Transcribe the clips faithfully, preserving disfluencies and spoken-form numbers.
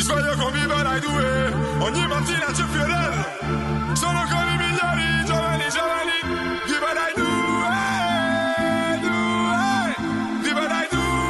sveglio con Viva Rai due, ogni mattina c'è Fiorello. Sono con i migliori giovani, giovani. Viva Rai due, due. Viva Rai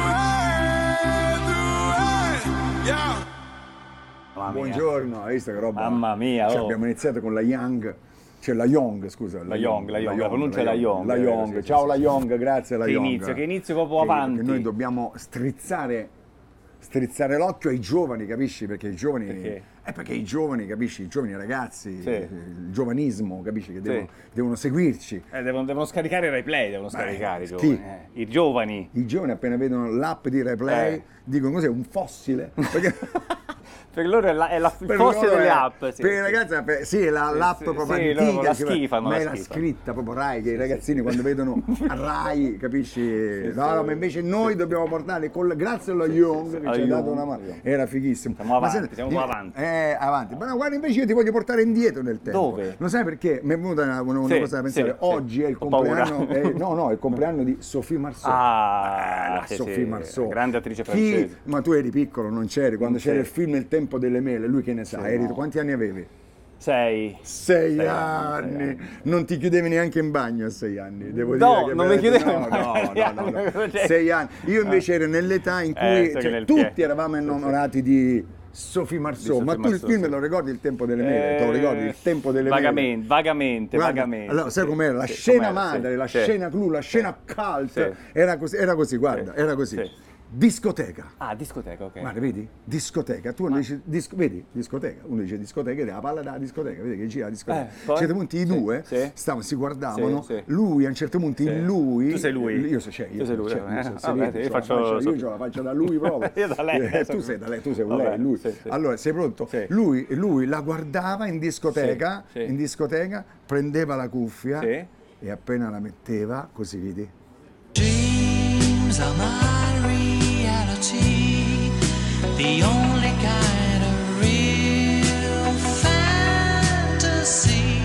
due, due. Yeah. Buongiorno, hai visto che roba? Mamma mia, cioè, oh. abbiamo iniziato con la Young. Cioè la Young, scusa. La Young, la Young, la pronuncia è la Young. La Young, ciao la Young, grazie la Che Young. inizio, che inizio proprio Che- avanti. che noi dobbiamo strizzare, strizzare l'occhio ai giovani, capisci? Perché i giovani... Perché? È perché i giovani, capisci? I giovani ragazzi, Sì. il giovanismo, capisci? Che devono, Sì. devono seguirci. Eh, devono, devono scaricare i replay, devono scaricare i chi? giovani. eh. I giovani. I giovani appena vedono l'app di Replay Eh. dicono cos'è un fossile? Perché... Per loro è, la, è la, il Per fossile loro delle è- app. Sì, per i sì. ragazzi per- sì, è la, Sì, l'app sì, proprio sì, antica, loro la che- schifano, ma la è la schifano. scritta proprio Rai, che i ragazzini quando vedono Rai, capisci? No, no, ma invece noi dobbiamo portare, col, grazie allo Young che Allo ci ha dato Young, una mano, Young. era fighissimo. Siamo avanti, senti, siamo io- avanti. Eh, avanti. Ma no, guarda, invece io ti voglio portare indietro nel tempo. Dove? Lo sai perché? Mi è venuta una, una- una Sì, cosa da pensare. sì, Oggi sì. è il Ho paura. compleanno, è- no, no, è il compleanno di Sophie Marceau. Ah, Eh, la sì, Sophie sì, Marceau. grande attrice Chi- francese. Ma tu eri piccolo, non c'eri, quando Sì. c'era il film Il tempo delle mele, lui che ne sa? Sì, Eri- no. Quanti anni avevi? Sei. Sei, Sei anni. anni, sei Non ti chiudevi neanche in bagno a sei anni, devo No, dire che non mi veramente- chiudevo no, in no, bagno a sei no, no, anni, no. cioè- sei anni. Io invece ero nell'età in cui Eh, so che cioè, nel tutti pie- eravamo innamorati di Sophie Marceau, Di ma Sophie tu il Marceau, film sì. lo ricordi Il tempo delle mele? Te lo ricordi? Il tempo delle mele? Vagamente, vagamente, Guarda, vagamente. allora, sai sì, com'era? La sì, scena com'era, madre, sì, la sì. scena clou, la scena Sì. cult, Sì. era così, era così, guarda, Sì. era così. Sì. Discoteca. Ah, discoteca, ok. Guarda, vedi? Discoteca, tu uno dici, disco- vedi? Discoteca, uno dice discoteca ed è la palla della discoteca, vedi che gira la discoteca. Eh, a un poi? certo punto i Sì, due sì. stavano, si guardavano, Sì, sì. lui a un certo punto, Sì. lui... Tu sei lui? Io, so- cioè, io, Tu sei lui, cioè, eh? io, so- Vabbè, io, io c'ho la faccio- faccia- io c'ho la faccia da lui proprio. Io da lei, Eh, eh, tu sei da lei, tu sei un Vabbè, lei, lui. sì, sì. Allora, sei pronto? Sì. Lui, lui la guardava in discoteca, Sì, sì. in discoteca, prendeva la cuffia Sì. e appena la metteva, così vedi? Dreams are my reality, the only kind of real fantasy.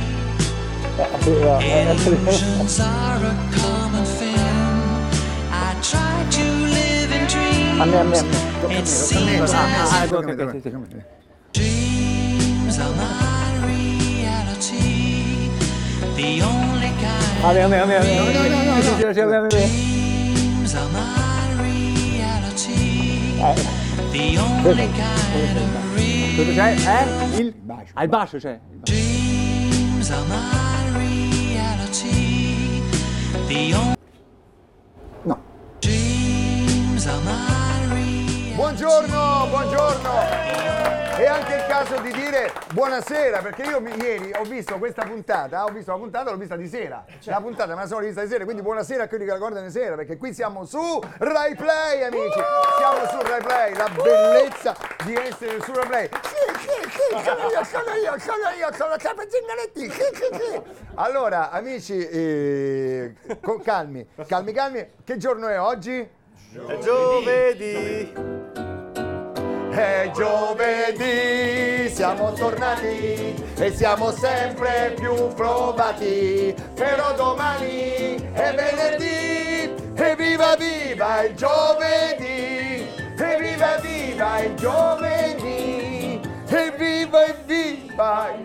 Illusions are a common thing. I try to live in dreams. It seems Ah, as ah, if ok, ok, sì, sì. dreams are my reality, the only kind. Vabbè, vabbè, vabbè, vabbè, vabbè, no, no, no, sì, sì, sì, vabbè, vabbè. Dreams are my reality, the only kind of real. Cosa c'è? Eh? Il bacio. Ah, il bacio c'è. Dreams are my reality, the only. No. Dreams are my reality. Buongiorno, buongiorno! È anche il caso di dire buonasera, perché io mi- ieri ho visto questa puntata, ho visto la puntata, l'ho vista di sera. La puntata me la sono vista di sera, quindi buonasera a quelli che la guardano di sera, perché qui siamo su Rai Play, amici! Siamo su Rai Play, la bellezza di essere su Rai Play. Sì, sì, sì, sono io, sono io, sono io, sono Capo Zingaretti, sì, sì, sì. Allora, amici, eh, co- calmi, calmi, calmi. Che giorno è oggi? Giovedì. È giovedì, siamo tornati e siamo sempre più provati. Però domani è venerdì e viva viva il giovedì! E viva viva il giovedì! E viva e viva il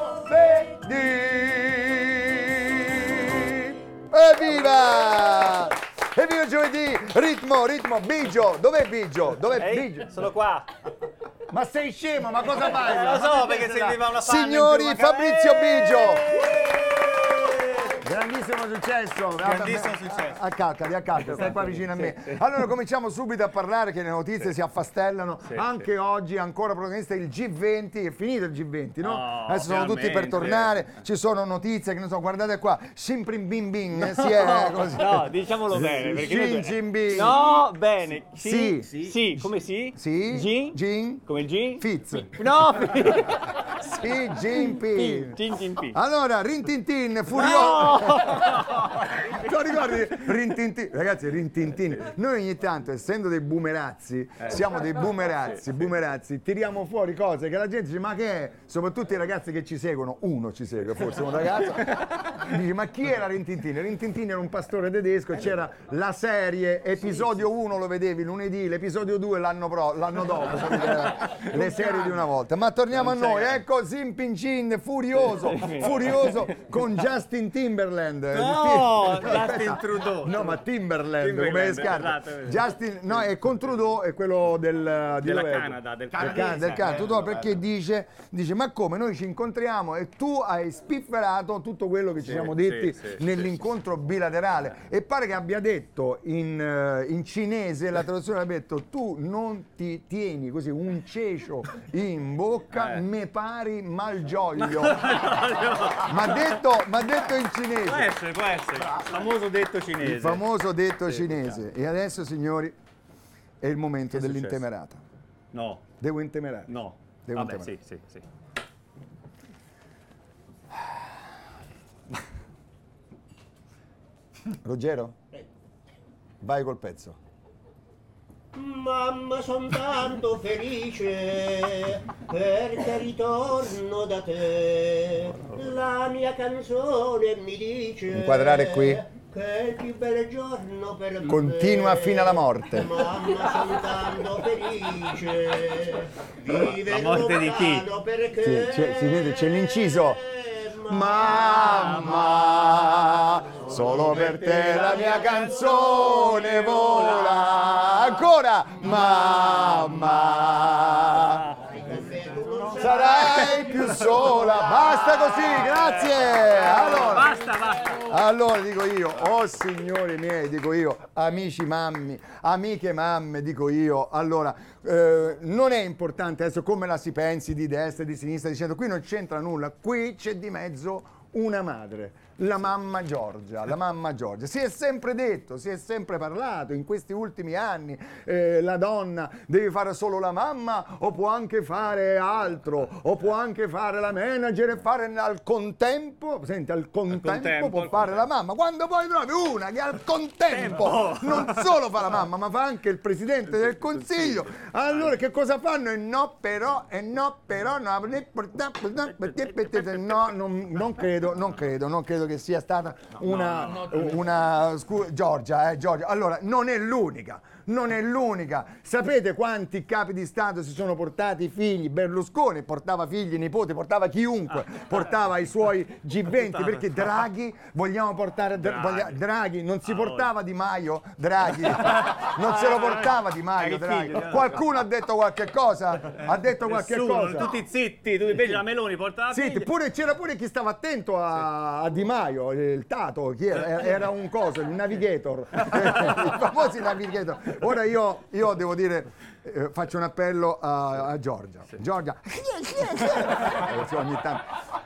giovedì! Evviva! Evviva il giovedì! Ritmo, ritmo, Bigio! Dov'è Bigio? Dov'è Ehi, Bigio? sono qua. Ma sei scemo, ma cosa fai? Eh, lo so, perché serviva una panna in Signori, più, ma- Fabrizio Bigio! Eh! Grandissimo successo! Grandissimo successo. Accalcati, accalcati, stai qua vicino a me. Allora cominciamo subito a parlare che le notizie si affastellano. Sì, Anche sì. oggi ancora protagonista il G venti, è finito il G venti, no? No, Adesso sono tutti per finalmente. tornare, ci sono notizie che non so, guardate qua, Simprin Bim Bim, eh, si è così. No, diciamolo bene, perché noi Shin due- Jin Bim. No, bene. Sì. Sì, sì, come sì? Sì. Gin? Gin. Come il gin? Fitz. No, Sì, Jinping. Gin, gin, pi. Allora, Rintintin, furioso. Tu ricordi? Rintintin. Ragazzi, rintintin. Noi ogni tanto, essendo dei boomerazzi, siamo dei boomerazzi, boomerazzi, tiriamo fuori cose che la gente dice, ma che è? Soprattutto i ragazzi che ci seguono, uno ci segue, forse un ragazzo, dice, ma chi era Rintintin? Rintintin era un pastore tedesco, c'era la serie, episodio uno lo vedevi lunedì, l'episodio due l'anno, pro, l'anno dopo, le serie di una volta. Ma torniamo a noi, ecco Zimpin furioso, furioso con Justin Timberland. No, Justin Trudeau. No, ma Timberland, Timberland, come le scarpe. esatto. Justin, no, è con Trudeau, è quello del, di Della dov'è? Canada, del Del Can- Canada. del Canada, Eh, Trudeau, perché dice, dice, ma come, noi ci incontriamo e tu hai spifferato tutto quello che ci Sì, siamo detti sì, sì, nell'incontro bilaterale. E pare che abbia detto in, eh, in cinese, la traduzione ha detto, tu non ti tieni così un cecio in bocca, Eh. me pari malgioglio. Ma detto, m'ha detto in Può cinese. essere, può essere. Il famoso detto cinese. Il famoso detto Sì, cinese. E adesso, signori, è il momento Che è dell'intemerata. No, Devo intemerare. no. Devo Vabbè, intemere. sì, sì, sì. Ruggero? Vai col pezzo. Mamma, son tanto felice perché ritorno da te. La mia canzone mi dice Inquadrare qui. che è il più bel giorno per me. Continua fino alla morte. Mamma, son tanto felice. Vive La morte di chi? lontano perché Sì, c'è- si vede, c'è l'inciso. Mamma, solo per te la mia canzone vola. Ancora, mamma, sarai più sola. Basta così, grazie. Allora, Basta, basta. allora dico io, oh signori miei, dico io, amici mammi, amiche mamme, dico io, allora, eh, non è importante adesso come la si pensi di destra e di sinistra, dicendo qui non c'entra nulla, qui c'è di mezzo una madre, la mamma Giorgia, la mamma Giorgia. Si è sempre detto, si è sempre parlato in questi ultimi anni, eh, la donna deve fare solo la mamma o può anche fare altro, o può anche fare la manager e fare al contempo, senti, al contempo, contempo, può al fare la mamma. Quando poi trovi una che al contempo non solo fa la mamma, ma fa anche il presidente del consiglio, allora che cosa fanno? E no però, e no però, no, no, non, non credo, non credo, non credo che sia stata una, una scu- Giorgia, eh, Giorgia. Allora, non è l'unica, non è l'unica. Sapete quanti capi di Stato si sono portati i figli? Berlusconi portava figli, nipoti, portava chiunque, portava i suoi G venti, perché Draghi, vogliamo portare Dra- Draghi. voglia- Draghi, non si portava Di Maio, Draghi, non se lo portava Di Maio, Eh, che Draghi. figlio, Qualcuno ha detto qualche cosa? Ha detto qualche Nessuno, cosa? tutti zitti, tu invece la Meloni portava Sì, figli. pure, c'era pure chi stava attento a, a Di Maio, il Tato, chi era? Era un coso, il navigator, i famosi navigator. Ora io, io devo dire, eh, faccio un appello a, a Giorgia. Giorgia, Eh, ogni tanto.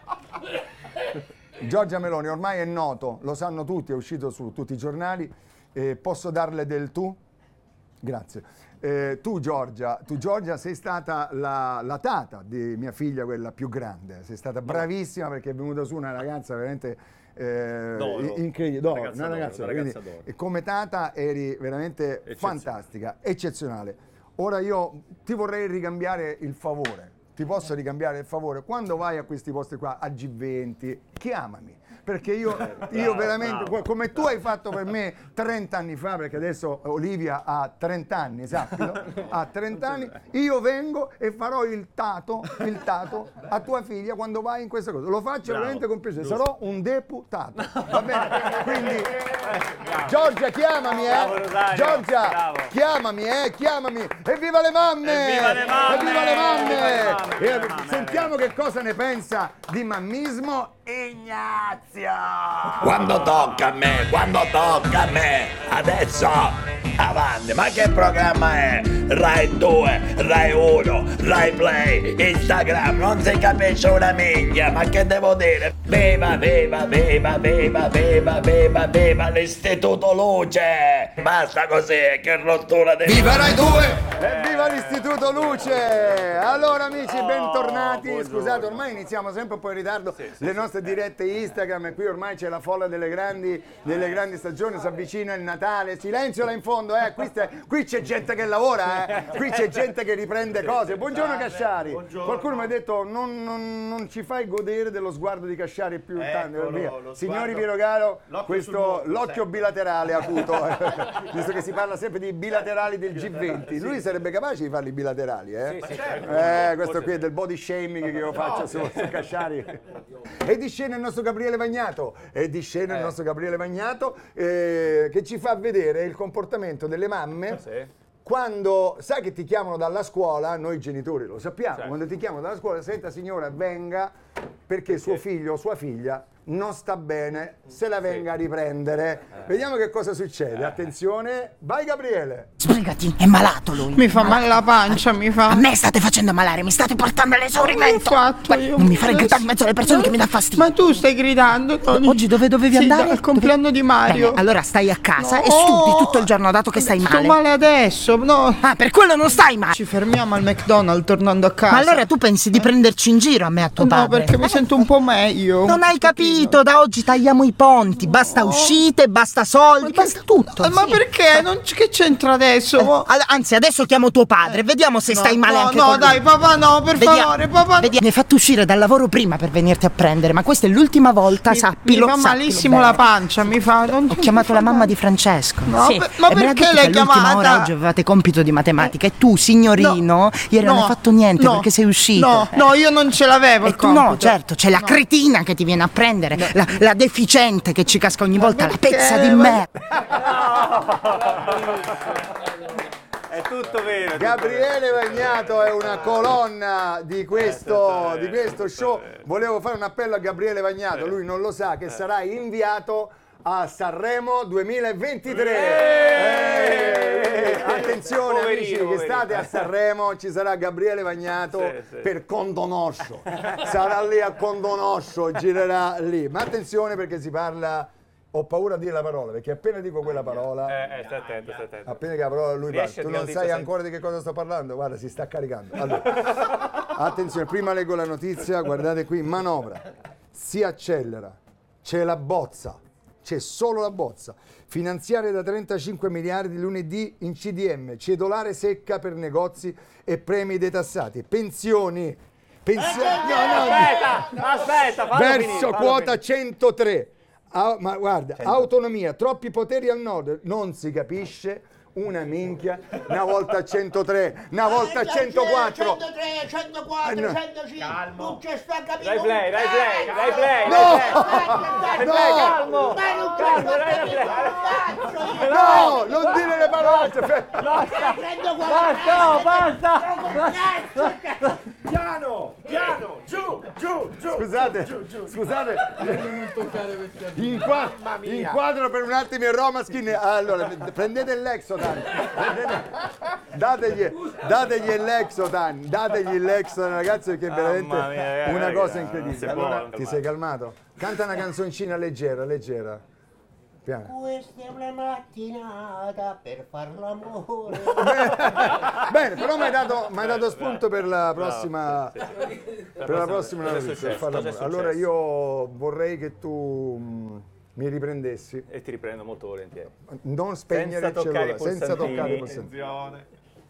Giorgia Meloni, ormai è noto, lo sanno tutti, è uscito su tutti i giornali, eh, posso darle del tu? Grazie. Eh, tu Giorgia, tu Giorgia sei stata la, la tata di mia figlia, quella più grande, sei stata bravissima perché è venuta su una ragazza veramente eh, D'oro. incredibile, d'oro, Ragazza una d'oro, ragazza, una quindi, ragazza d'oro. e come tata eri veramente Eccezionale. fantastica, eccezionale. Ora io ti vorrei ricambiare il favore, ti posso ricambiare il favore, quando vai a questi posti qua, a G venti, chiamami. Perché io, io veramente, bravo, come tu hai fatto per me trenta anni fa, perché adesso Olivia ha trenta anni, sappilo, ha trenta anni, io vengo e farò il tato, il tato a tua figlia quando vai in questa cosa. Lo faccio Bravo, veramente con piacere, giusto. sarò un deputato, va bene? Quindi, Giorgia, chiamami, eh? Bravo, Rosario, Giorgia, bravo. chiamami, eh? Chiamami. Evviva le mamme! Evviva le mamme! Evviva le mamme! Evviva le mamme, E evviva le mamme, sentiamo che cosa ne pensa di mammismo Ignazio. Quando tocca a me, quando tocca a me, adesso avanti, ma che programma è? Rai due, Rai uno, Rai Play, Instagram, non si capisce una minchia, ma che devo dire? Viva, viva, viva, viva, viva, viva, viva l'Istituto Luce! Basta così, che rottura di... Viva Rai due! Evviva l'Istituto Luce! Allora amici, bentornati. buongiorno. Scusate, ormai iniziamo sempre un po' in ritardo le nostre nostre dirette Instagram e qui ormai c'è la folla delle grandi, delle grandi stagioni, si avvicina il Natale, silenzio là in fondo, eh, qui, sta- qui c'è gente che lavora, eh, qui c'è gente che riprende cose. Buongiorno Casciari, qualcuno mi ha detto non, non- non ci fai godere dello sguardo di Casciari più tanto, Eccolo, via. lo Signori sguardo- Virogalo, l'occhio questo, sul mondo, l'occhio sempre. bilaterale acuto, visto che si parla sempre di bilaterali del G venti, lui sarebbe capace di farli bilaterali, eh? Eh, questo qui è del body shaming che io faccio su, su Casciari. E di scena il nostro Gabriele Vagnato, e di scena il nostro Gabriele Vagnato eh, che ci fa vedere il comportamento delle mamme quando, sai che ti chiamano dalla scuola, noi genitori lo sappiamo, quando ti chiamano dalla scuola, senta signora venga perché suo figlio o sua figlia non sta bene, se la venga a riprendere. Vediamo che cosa succede, attenzione, vai Gabriele. Sbrigati, è malato lui. Mi fa male la pancia, mi fa. A me state facendo malare, mi state portando all'esaurimento. Non l'ho fatto Beh, io. non mi fare gridare in mezzo alle persone che mi dà fastidio. Ma tu stai gridando, Tony. Oggi dove dovevi Sì, andare? al compleanno di Mario. Bene, allora stai a casa e No. studi tutto il giorno dato che stai Sto male. male adesso, no. Ah, per quello non stai male. Ci fermiamo al McDonald's tornando a casa. Ma allora tu pensi di prenderci in giro a me e a tuo No, padre? perché mi sento un po' meglio. Non hai capito, da oggi tagliamo i ponti, basta uscite, basta soldi, basta tutto. Eh, Ma sì. perché? Non c- che c'entra adesso? Eh, ad- anzi, adesso chiamo tuo padre, vediamo se No, stai male no, anche no, con lui. dai, papà, no, per Vediamo- favore, papà. vediamo. Mi hai fatto uscire dal lavoro prima per venirti a prendere, ma questa è l'ultima volta, Mi, sappilo. mi fa sappilo malissimo bene. la pancia, mi fa. Non... Ho chiamato la mamma di Francesco. No, Sì. per- ma E me l'ha perché detto l'hai che all'ultima chiamata? ora oggi avevate compito di matematica e tu, signorino, ieri non hai fatto niente no, perché sei uscito. No, no, io non ce l'avevo. E il tu no, compito. certo, c'è la cretina che ti viene a prendere, la, la deficiente che ci casca ogni volta, la perché? pezza di me. È tutto vero. è tutto Gabriele Vagnato è una colonna di questo, Eh, di questo show. vero. Volevo fare un appello a Gabriele Vagnato, lui non lo sa, che sarà inviato a Sanremo duemilaventitré. Eh, attenzione Poverino, amici che poverino. state a Sanremo, ci sarà Gabriele Vagnato Sì, sì. per Condonoscio. Sarà lì a Condonoscio, girerà lì. Ma attenzione perché si parla... Ho paura di dire la parola, perché appena dico quella parola... Eh, eh, stai attento, stai attento. Appena che la parola lui parla, Riesci a tu dire non la sai notizia ancora di che cosa sto parlando? Guarda, si sta caricando. Allora, attenzione, prima leggo la notizia, guardate qui, manovra, si accelera, c'è la bozza, c'è solo la bozza, finanziaria da trentacinque miliardi lunedì in C D M, cedolare secca per negozi e premi detassati, pensioni, pensioni, Aspetta, aspetta, fallo finire, verso fallo quota centotré. Ah, ma guarda, autonomia, troppi poteri al nord, non si capisce una minchia, una volta a centotré, una volta a centoquattro. centotré, centoquattro, Eh, no. centocinque. Non ci sta capendo. Rai play, un rai play, cazzo. rai play, No! rai No! play, calmo. Ma non ci Calmo, sta rai capendo un play. cazzo. io. No, non dire le parole! Basta, centoquattro, basta, oh, basta. cazzo. Piano, piano, giù, giù, giù. Scusate, scusate. Inqua- inquadro per un attimo il Romaskin. Allora, prendete l'Exotan. Prendete- Dategli, dategli l'Exotan, dategli l'Exotan, ragazzi, perché è veramente Mamma mia, ragazzi, una cosa non si incredibile. può Allora, calmare. ti sei calmato? Canta una canzoncina leggera, leggera. Piano. Questa è una mattinata per far l'amore. Bene, però mi hai dato, m'hai dato spunto per la prossima, per la prossima Cosa è notizia, successo? per farla- Cosa è Allora successo? io vorrei che tu mh, mi riprendessi, E ti riprendo molto volentieri. non spegnere Senza il toccare cellulare, i senza pulsantini. toccare i pulsantini. Attenzione.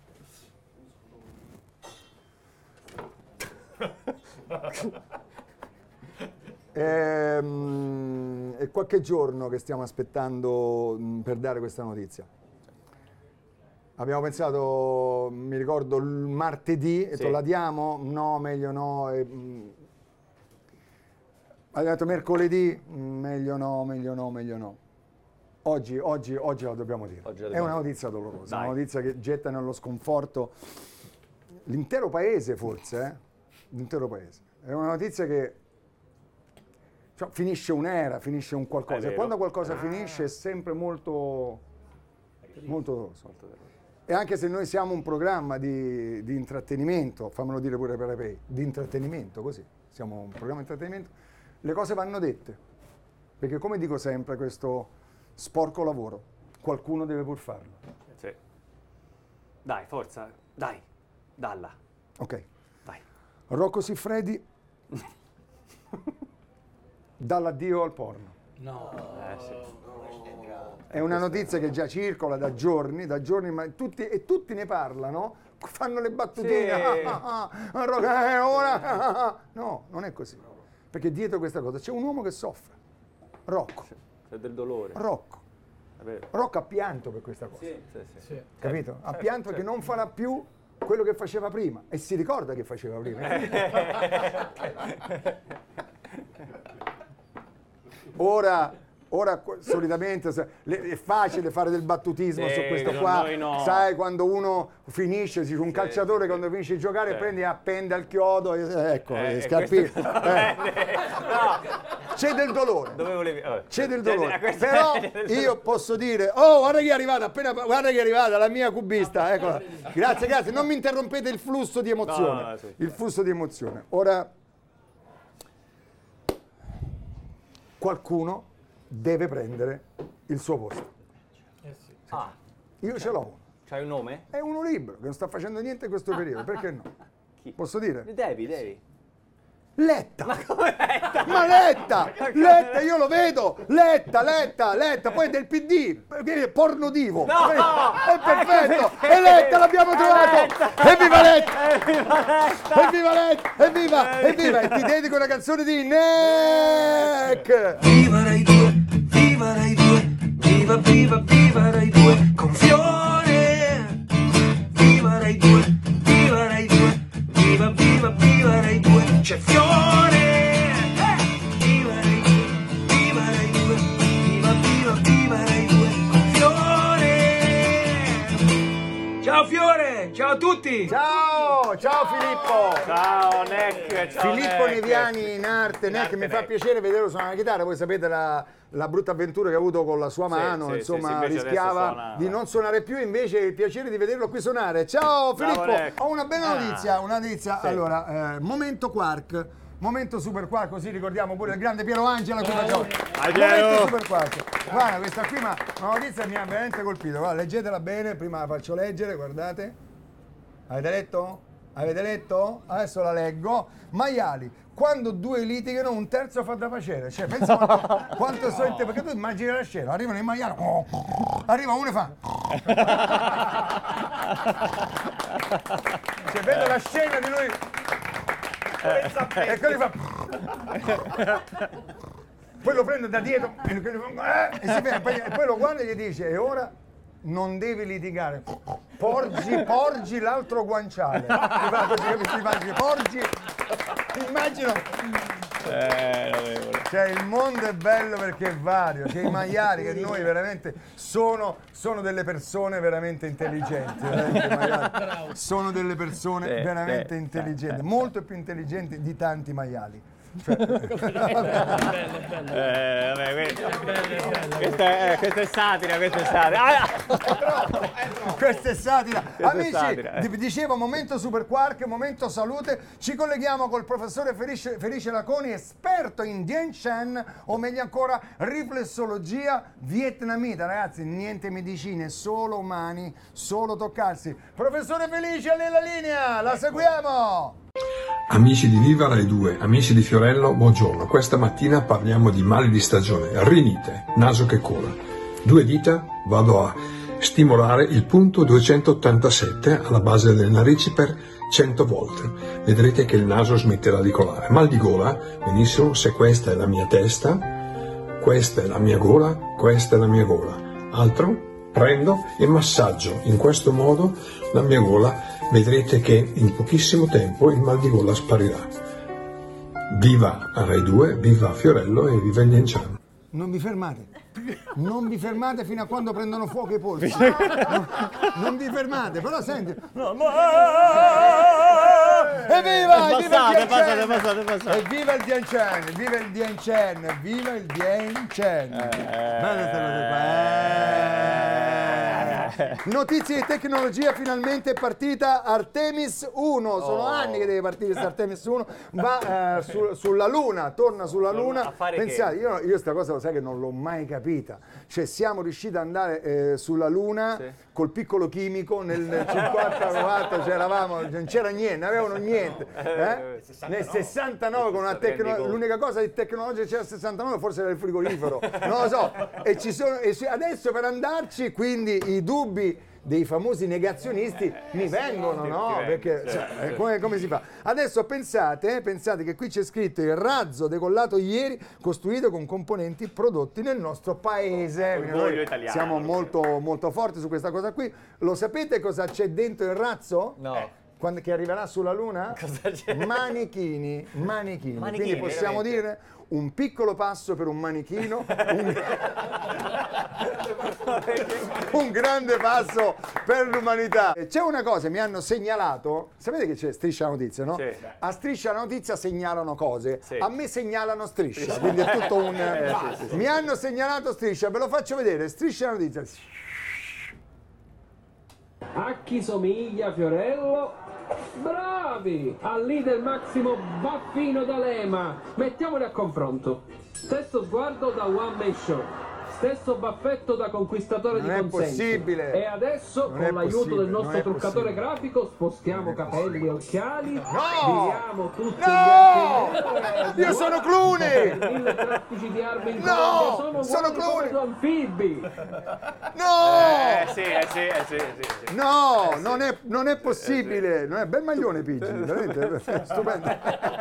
Ehm, È qualche giorno che stiamo aspettando mh, per dare questa notizia. Abbiamo pensato, mi ricordo, il martedì, e Sì. detto, la diamo? No, meglio no. E, mh, abbiamo detto mercoledì, mh, meglio no, meglio no, meglio no. Oggi, oggi, oggi la dobbiamo dire. Oggi la È dobbiamo una notizia dolorosa, Dai. una notizia che getta nello sconforto l'intero paese forse, eh? L'intero paese. È una notizia che cioè, finisce un'era, finisce un È qualcosa. E vero. quando qualcosa finisce è sempre molto, molto doloroso. E anche se noi siamo un programma di, di intrattenimento, fammelo dire pure per Repay, di intrattenimento, così, siamo un programma di intrattenimento, le cose vanno dette. Perché come dico sempre, questo sporco lavoro, qualcuno deve pur farlo. Sì. Dai, forza, dai, dalla, Ok. dai. Rocco Siffredi dall'addio al porno. No. Eh, sì. È una notizia che già circola da giorni, da giorni, ma tutti, e tutti ne parlano, fanno le battutine. Sì. Ah, ah, ah, roga, eh, ora, ah, ah. No, non è così. Perché dietro questa cosa c'è un uomo che soffre. Rocco. C'è del dolore. Rocco. È vero. Rocco ha pianto per questa cosa. Sì, sì, sì. Sì. Capito? Ha Certo, pianto perché certo. non farà più quello che faceva prima. E si ricorda che faceva prima. Ora, ora qu- solitamente se- le- è facile fare del battutismo Sì, su questo no, qua. noi no. Sai, quando uno finisce, si dice, un Sì, calciatore sì, quando finisce di giocare sì. prende, appende al chiodo, e, ecco, Eh, le e scarpine. questo va Eh. bene. No, C'è del dolore. dove volevi? Oh, C'è del cioè, dolore, questo però è del io dolore. posso dire, oh guarda chi è arrivata, appena, guarda chi è arrivata, la mia cubista, eccola. Grazie, grazie, non mi interrompete il flusso di emozione, No, no, sì. il flusso di emozione. Ora, qualcuno deve prendere il suo posto. Ah, Io ce l'ho uno, c'hai un nome? è uno libero, che non sta facendo niente in questo periodo, perché no? Chi? Posso dire? Devi, devi. Letta! Ma come Letta? Ma Letta! Letta, io lo vedo! Letta, Letta, Letta, poi è del P D, perché porno divo! No! È perfetto! Ecco perché! E Letta l'abbiamo È trovato! Letta! Evviva Letta! Evviva Letta! Evviva Letta! Evviva! Evviva! E ti dedico una canzone di Neck! Viva Rai due, viva Rai due, viva viva viva Rai due, con Fiore. Viva Rai due, viva Rai due, viva viva viva Rai due, c'è Fiore. Viva Rai due, viva Rai due, viva viva viva Rai due, con Fiore. Ciao Fiore, ciao a tutti. Ciao! Ciao Filippo! Ciao Neck, ciao Filippo Neck. Neviani in arte, Neck, mi fa Neck. piacere vederlo suonare la chitarra, voi sapete la, la brutta avventura che ha avuto con la sua Sì, mano, sì, sì, insomma sì, invece rischiava adesso suona- di non suonare più, invece il piacere di vederlo qui suonare. Ciao Bravo, Filippo, Neck. ho una bella Ah. notizia, una notizia, Sì. allora, eh, momento Quark. Momento Super Quark, così ricordiamo pure il grande Piero Angela qui facciamo. Vai, Piero. Momento Super Quark. Guarda, questa qui, ma una notizia mi ha veramente colpito. Guarda, leggetela bene, prima la faccio leggere, guardate. Avete letto? Avete letto? Adesso la leggo. Maiali, quando due litigano un terzo fa da pacere. Cioè, pensa quanto, quanto so in te, perché tu immagini la scena, arrivano i maiali, oh, arriva uno e fa. Cioè, vedo la scena di lui. E quello fa. Poi lo prende da dietro e, quello fa, eh, e si ferma, poi, e poi lo guarda e gli dice, e ora non devi litigare, porgi, porgi l'altro guanciale. Ti fa così, capisci? Immagini, porgi, immagino. Eh, l'avevole. Cioè il mondo è bello perché è vario, che i maiali che noi veramente sono, sono delle persone veramente intelligenti, veramente maiali. Sono delle persone Sì, veramente sì, intelligenti, sì, sì. molto più intelligenti di tanti maiali. Cioè, Eh, vabbè, questo, questo è, eh, questa è satira, questa è satira. Ah! questa è satira. Questa è Amici, satira, eh. di- dicevo momento Super Quark, momento salute, ci colleghiamo col professore Felice, Felice Laconi, esperto in Dien Chen, o meglio ancora riflessologia vietnamita. Ragazzi, niente medicine, solo umani, solo toccarsi. Professore Felice, a lei la linea, la seguiamo! Amici di Viva Rai due, amici di Fiorello, buongiorno. Questa mattina parliamo di mali di stagione, rinite, naso che cola. Due dita, vado a stimolare il punto duecentottantasette alla base delle narici per cento volte. Vedrete che il naso smetterà di colare. Mal di gola, benissimo, se questa è la mia testa, questa è la mia gola, questa è la mia gola. Altro, prendo e massaggio in questo modo la mia gola. Vedrete che in pochissimo tempo il mal di gola sparirà. Viva Rai due, viva Fiorello e viva il Dien Chen. Non vi fermate, non vi fermate fino a quando prendono fuoco i polsi. Non, non vi fermate, però senti. No, no. Evviva! È Evviva passato, il è passato, è Dien passato, è Chen! passato. Evviva il Dien Chen! Viva il Dien Chen! Viva il Dien Chen! Guarda queste cose qua. Eh. Notizie di tecnologia, finalmente è partita Artemis uno. Sono Oh. anni che deve partire questa Artemis uno. Va eh, su- sulla Luna, torna sulla Luna. A fare Pensate, che? io, io sta cosa lo sai che non l'ho mai capita. Cioè siamo riusciti ad andare eh, sulla Luna Sì. col piccolo chimico nel, nel cinquanta novanta, c'eravamo, non c'era niente, non avevano niente. Eh? Nel sessantanove con una tecnologia, l'unica cosa di tecnologia che c'era nel sessantanove forse era il frigorifero, non lo so. E ci sono, e ci- adesso per andarci, quindi i dubbi dei famosi negazionisti mi vengono, ti- no? ti vengono, Perché certo, cioè, certo. come, come si fa? Adesso pensate, pensate che qui c'è scritto il razzo decollato ieri costruito con componenti prodotti nel nostro paese. Quindi Orgoglio noi italiano. siamo molto, molto forti su questa cosa qui. Lo sapete cosa c'è dentro il razzo? No. Quando, che arriverà sulla Luna? Cosa c'è? Manichini, manichini. Manichini, Quindi possiamo veramente? dire un piccolo passo per un manichino, un, un grande passo per l'umanità. C'è una cosa, mi hanno segnalato, sapete che c'è Striscia la Notizia, no? Sì. A Striscia la Notizia segnalano cose, Sì. a me segnalano Striscia, quindi è tutto un... Eh, sì, sì, sì. Mi hanno segnalato Striscia, ve lo faccio vedere, Striscia la Notizia. A chi somiglia Fiorello? Bravi! Al leader Massimo Baffino D'Alema. Mettiamoli a confronto. Stesso sguardo da one man show. Stesso baffetto da conquistatore Non di è consensi. possibile. E adesso, Non è con l'aiuto possibile, del non nostro è truccatore possibile. grafico, spostiamo capelli e occhiali. No! Viriamo tutti No! gli archi. Io sono Clooney! Per mille traffici di armi in No! Colombia sono Sono uguali come Clooney! due anfibi. No! Eh sì, eh sì, eh sì, eh sì, sì. No, non è, non è possibile. Non è bel maglione Pigi, veramente stupendo.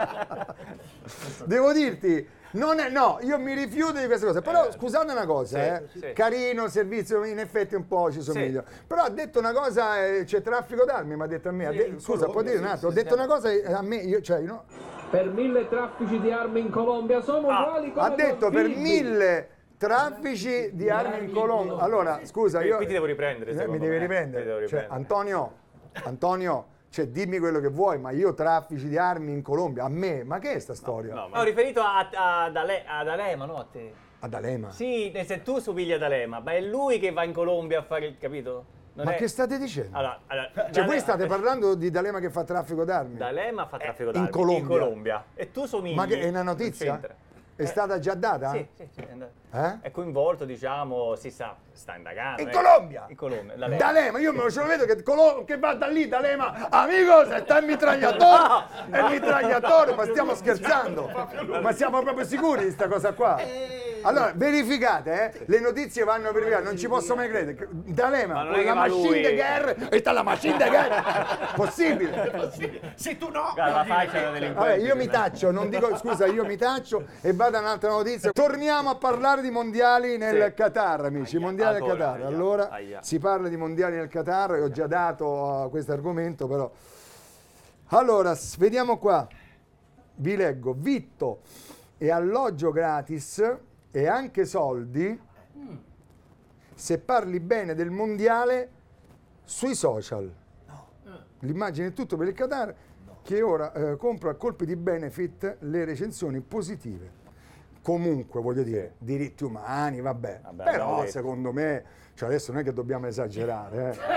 Devo dirti, non è, no, io mi rifiuto di queste cose. Però scusate una cosa, Sì, eh. sì. Carino il servizio, in effetti un po' ci somiglia. Però ha detto una cosa, eh, c'è traffico d'armi, mi ha detto a me. Ha de- scusa, può dire un attimo? Ho detto una cosa eh, a me, io, cioè, no, Per mille traffici di armi in Colombia sono uguali come ha detto due per anfibi. mille traffici di armi in Colombia. Allora, scusa, Qui- io... qui ti devo riprendere, Eh, secondo mi devi me. riprendere. Ti devo Cioè, riprendere. Antonio, Antonio, cioè, dimmi quello che vuoi, ma io traffici di armi in Colombia, a me, ma che è sta storia? No, ho riferito a, a, ad Ale- ad Alema, no a te. Ad Alema. Sì, e se tu somigli ad Alema, ma è lui che va in Colombia a fare il capito? Non Ma è- che state dicendo? Allora, allora, Cioè, D'Alema- voi state parlando di D'Alema che fa traffico d'armi? D'Alema fa traffico in d'armi Colombia. in Colombia. E tu somigli. Ma che è una non notizia? c'entra. È stata già data? Sì, sì, sì, è andato. Eh? È coinvolto, diciamo, si sa, sta indagando. In eh. Colombia? In Colombia, D'Alema. D'Alema, io me lo ce lo vedo che, Colo- che va da lì, D'Alema, amico, se sta il mitragliatore, è il mitragliatore, ma stiamo scherzando, ma siamo proprio sicuri di sta cosa qua? Allora, verificate, eh? Le notizie vanno verificate, non ci posso mai credere. D'Alema, Ma non con è che la va machine lui. de guerre, e sta la machine de guerre, possibile? Se tu no, Guarda, la faccia da delinquente. Vabbè, io mi taccio, non dico scusa, io mi taccio e vado a un'altra notizia. Torniamo a parlare di mondiali nel Sì. Qatar, amici, mondiali nel ancora, Qatar. aia, Allora, aia. si parla di mondiali nel Qatar, ho già dato a questo argomento, però. Allora, s- vediamo qua. Vi leggo, vitto e alloggio gratis e anche soldi se parli bene del mondiale sui social. L'immagine è tutto per il Qatar che ora eh, compra a colpi di benefit le recensioni positive. Comunque, voglio dire, diritti umani, vabbè. Vabbè, abbiamo Però detto. secondo me, cioè adesso non è che dobbiamo esagerare. Eh.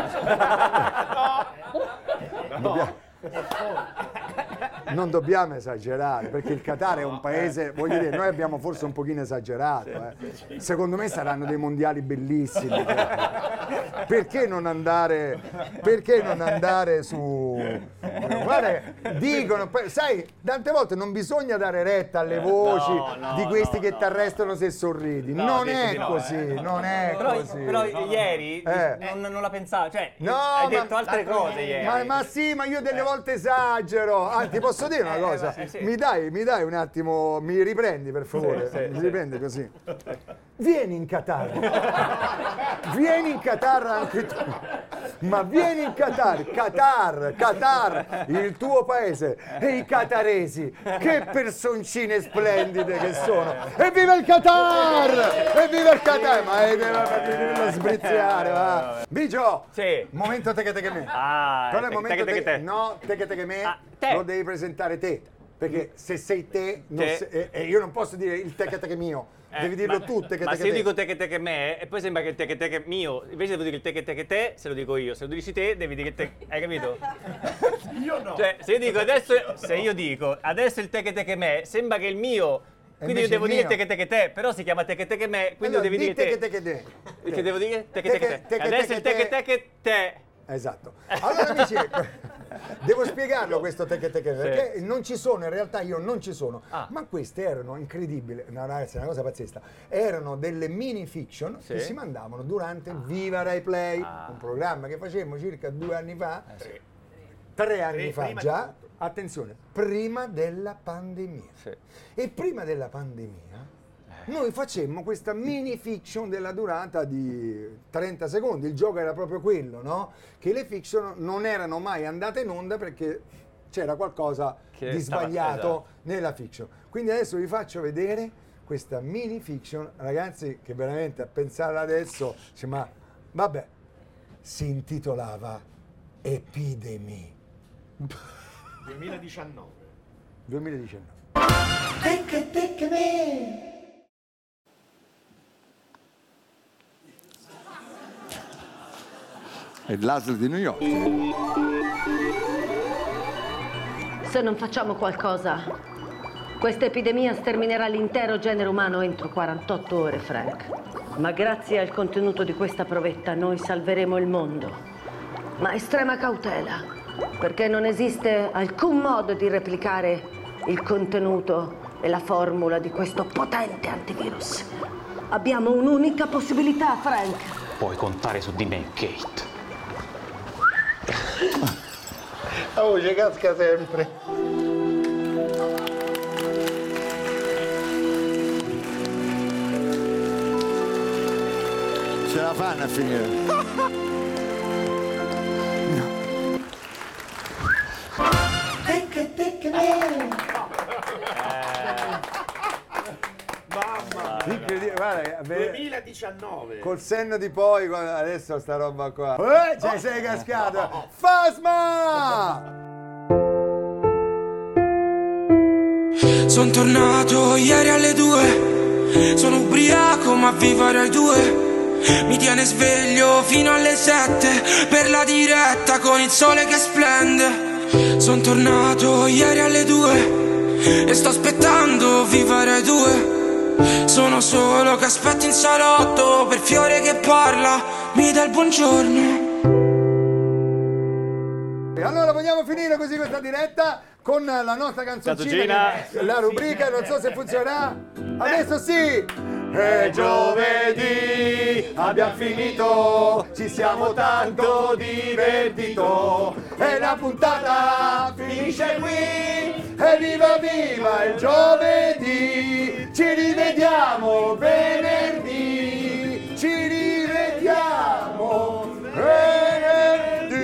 Dobbiamo- Non dobbiamo esagerare, perché il Qatar è un paese, voglio dire, noi abbiamo forse un pochino esagerato. eh. Secondo me saranno dei mondiali bellissimi. cioè. Perché non andare, perché non andare su... Guarda, dicono, poi, sai, tante volte non bisogna dare retta alle voci No, no, di questi no, che no. ti arrestano se sorridi. No, non dici è di no, così, eh. non è Però, così. però ieri Eh. non, non la pensavo, cioè No, hai ma- detto altre cose ieri. Ma, ma sì, ma io delle volte esagero. Ah, ti posso dire una Eh, cosa? eh, sì. Mi dai, mi dai un attimo, mi riprendi per favore? Sì, sì, mi sì. riprendi così. Vieni in Qatar. Vieni in Qatar anche tu. Ma vieni in Qatar, Qatar, Qatar, il tuo paese e i qataresi, che personcine splendide che sono. Evviva il Qatar! Evviva il Qatar! Ma è da sbriziare, va. Bigio! Sì. Momento te che te che me. Ah, Però è te- il momento te che te che te. No, te che te che me Ah, te. lo devi presentare te. Perché se sei te, non Te. se- e, e io non posso dire il teche teche mio, Eh, devi dirlo ma- tu, teche Ma teche se io te. dico teche teche me, e poi sembra che il teche teche mio, invece devo dire il teche teche te, se lo dico io. Se lo dici te, devi dire te. Hai capito? Io no. Cioè, se io dico adesso, se io dico adesso il teche teche me, sembra che il mio. Quindi io invece devo il dire mio. teche teche te, però si chiama teche teche me, quindi Allora, lo devi di dire te. teche teche te. Che devo dire? Teche Teche- teche te. teche Adesso teche il teche te. teche te. Esatto. Allora amici, devo spiegarlo questo teche teche Sì. perché non ci sono, in realtà io non ci sono, Ah. ma queste erano incredibili, no ragazzi è una cosa pazzesca, erano delle mini fiction Sì. che si mandavano durante Viva Rai Play, Ah. un programma che facemmo circa due anni fa, Eh, sì. tre anni Pre- fa prima già, di tutto. attenzione, prima della pandemia. Sì. E prima della pandemia noi facemmo questa mini fiction della durata di trenta secondi, il gioco era proprio quello, no? Che le fiction non erano mai andate in onda perché c'era qualcosa Che di stava- sbagliato esatto. nella fiction. Quindi adesso vi faccio vedere questa mini fiction, ragazzi, che veramente a pensare adesso, dice, ma vabbè, si intitolava Epidemie duemiladiciannove. duemiladiciannove. Tecche tecche me. È l'A S L di New York. Se non facciamo qualcosa, questa epidemia sterminerà l'intero genere umano entro quarantotto ore, Frank. Ma grazie al contenuto di questa provetta noi salveremo il mondo. Ma estrema cautela, perché non esiste alcun modo di replicare il contenuto e la formula di questo potente antivirus. Abbiamo un'unica possibilità, Frank. Puoi contare su di me, Kate. La voce casca sempre. Ce la fanno a finire. Tecche tecche me. Mamma. Incredibile, guarda, ve- duemiladiciannove. col senno di poi, guarda, adesso sta roba qua. Eh, ci sei cascato! Fasma! Sono tornato ieri alle due. Sono ubriaco ma viva Rai due. Mi tiene sveglio fino alle sette per la diretta con il sole che splende. Sono tornato ieri alle due e sto aspettando viva Rai due. Sono solo che aspetto in salotto per Fiore che parla, mi dà il buongiorno. E allora vogliamo finire così questa diretta con la nostra canzoncina, Canzoncina. che- la rubrica, non so se funzionerà. Adesso sì! È giovedì, abbiamo finito, ci siamo tanto divertito e la puntata finisce qui. E viva viva il giovedì, ci rivediamo venerdì, ci rivediamo venerdì.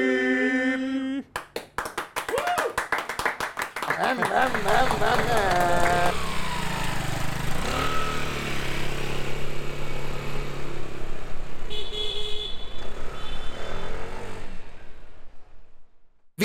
Em, em, em, em, em.